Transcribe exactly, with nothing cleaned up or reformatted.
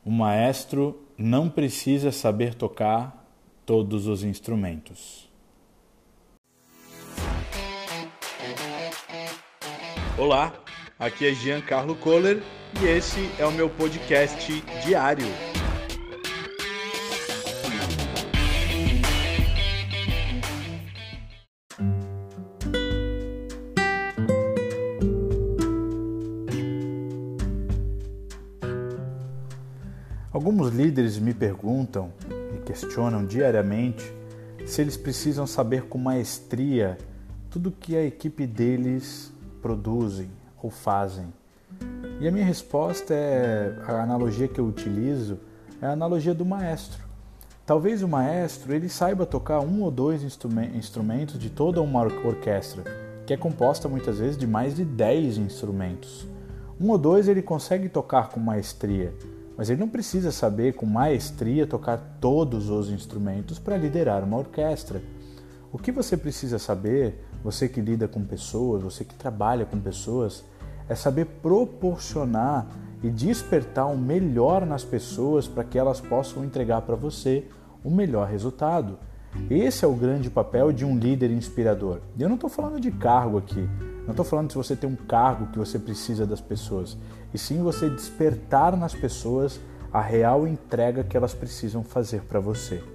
O maestro não precisa saber tocar todos os instrumentos. Olá, aqui é Giancarlo Kohler e esse é o meu podcast diário. Alguns líderes me perguntam e questionam diariamente se eles precisam saber com maestria tudo o que a equipe deles produzem ou fazem. E a minha resposta é, a analogia que eu utilizo é a analogia do maestro. Talvez o maestro ele saiba tocar um ou dois instrumentos de toda uma orquestra, que é composta muitas vezes de mais de dez instrumentos. Um ou dois ele consegue tocar com maestria, mas ele não precisa saber com maestria tocar todos os instrumentos para liderar uma orquestra. O que você precisa saber, você que lida com pessoas, você que trabalha com pessoas, é saber proporcionar e despertar o melhor nas pessoas para que elas possam entregar para você o melhor resultado. Esse é o grande papel de um líder inspirador. E eu não estou falando de cargo aqui, não estou falando se você tem um cargo que você precisa das pessoas, e sim você despertar nas pessoas a real entrega que elas precisam fazer para você.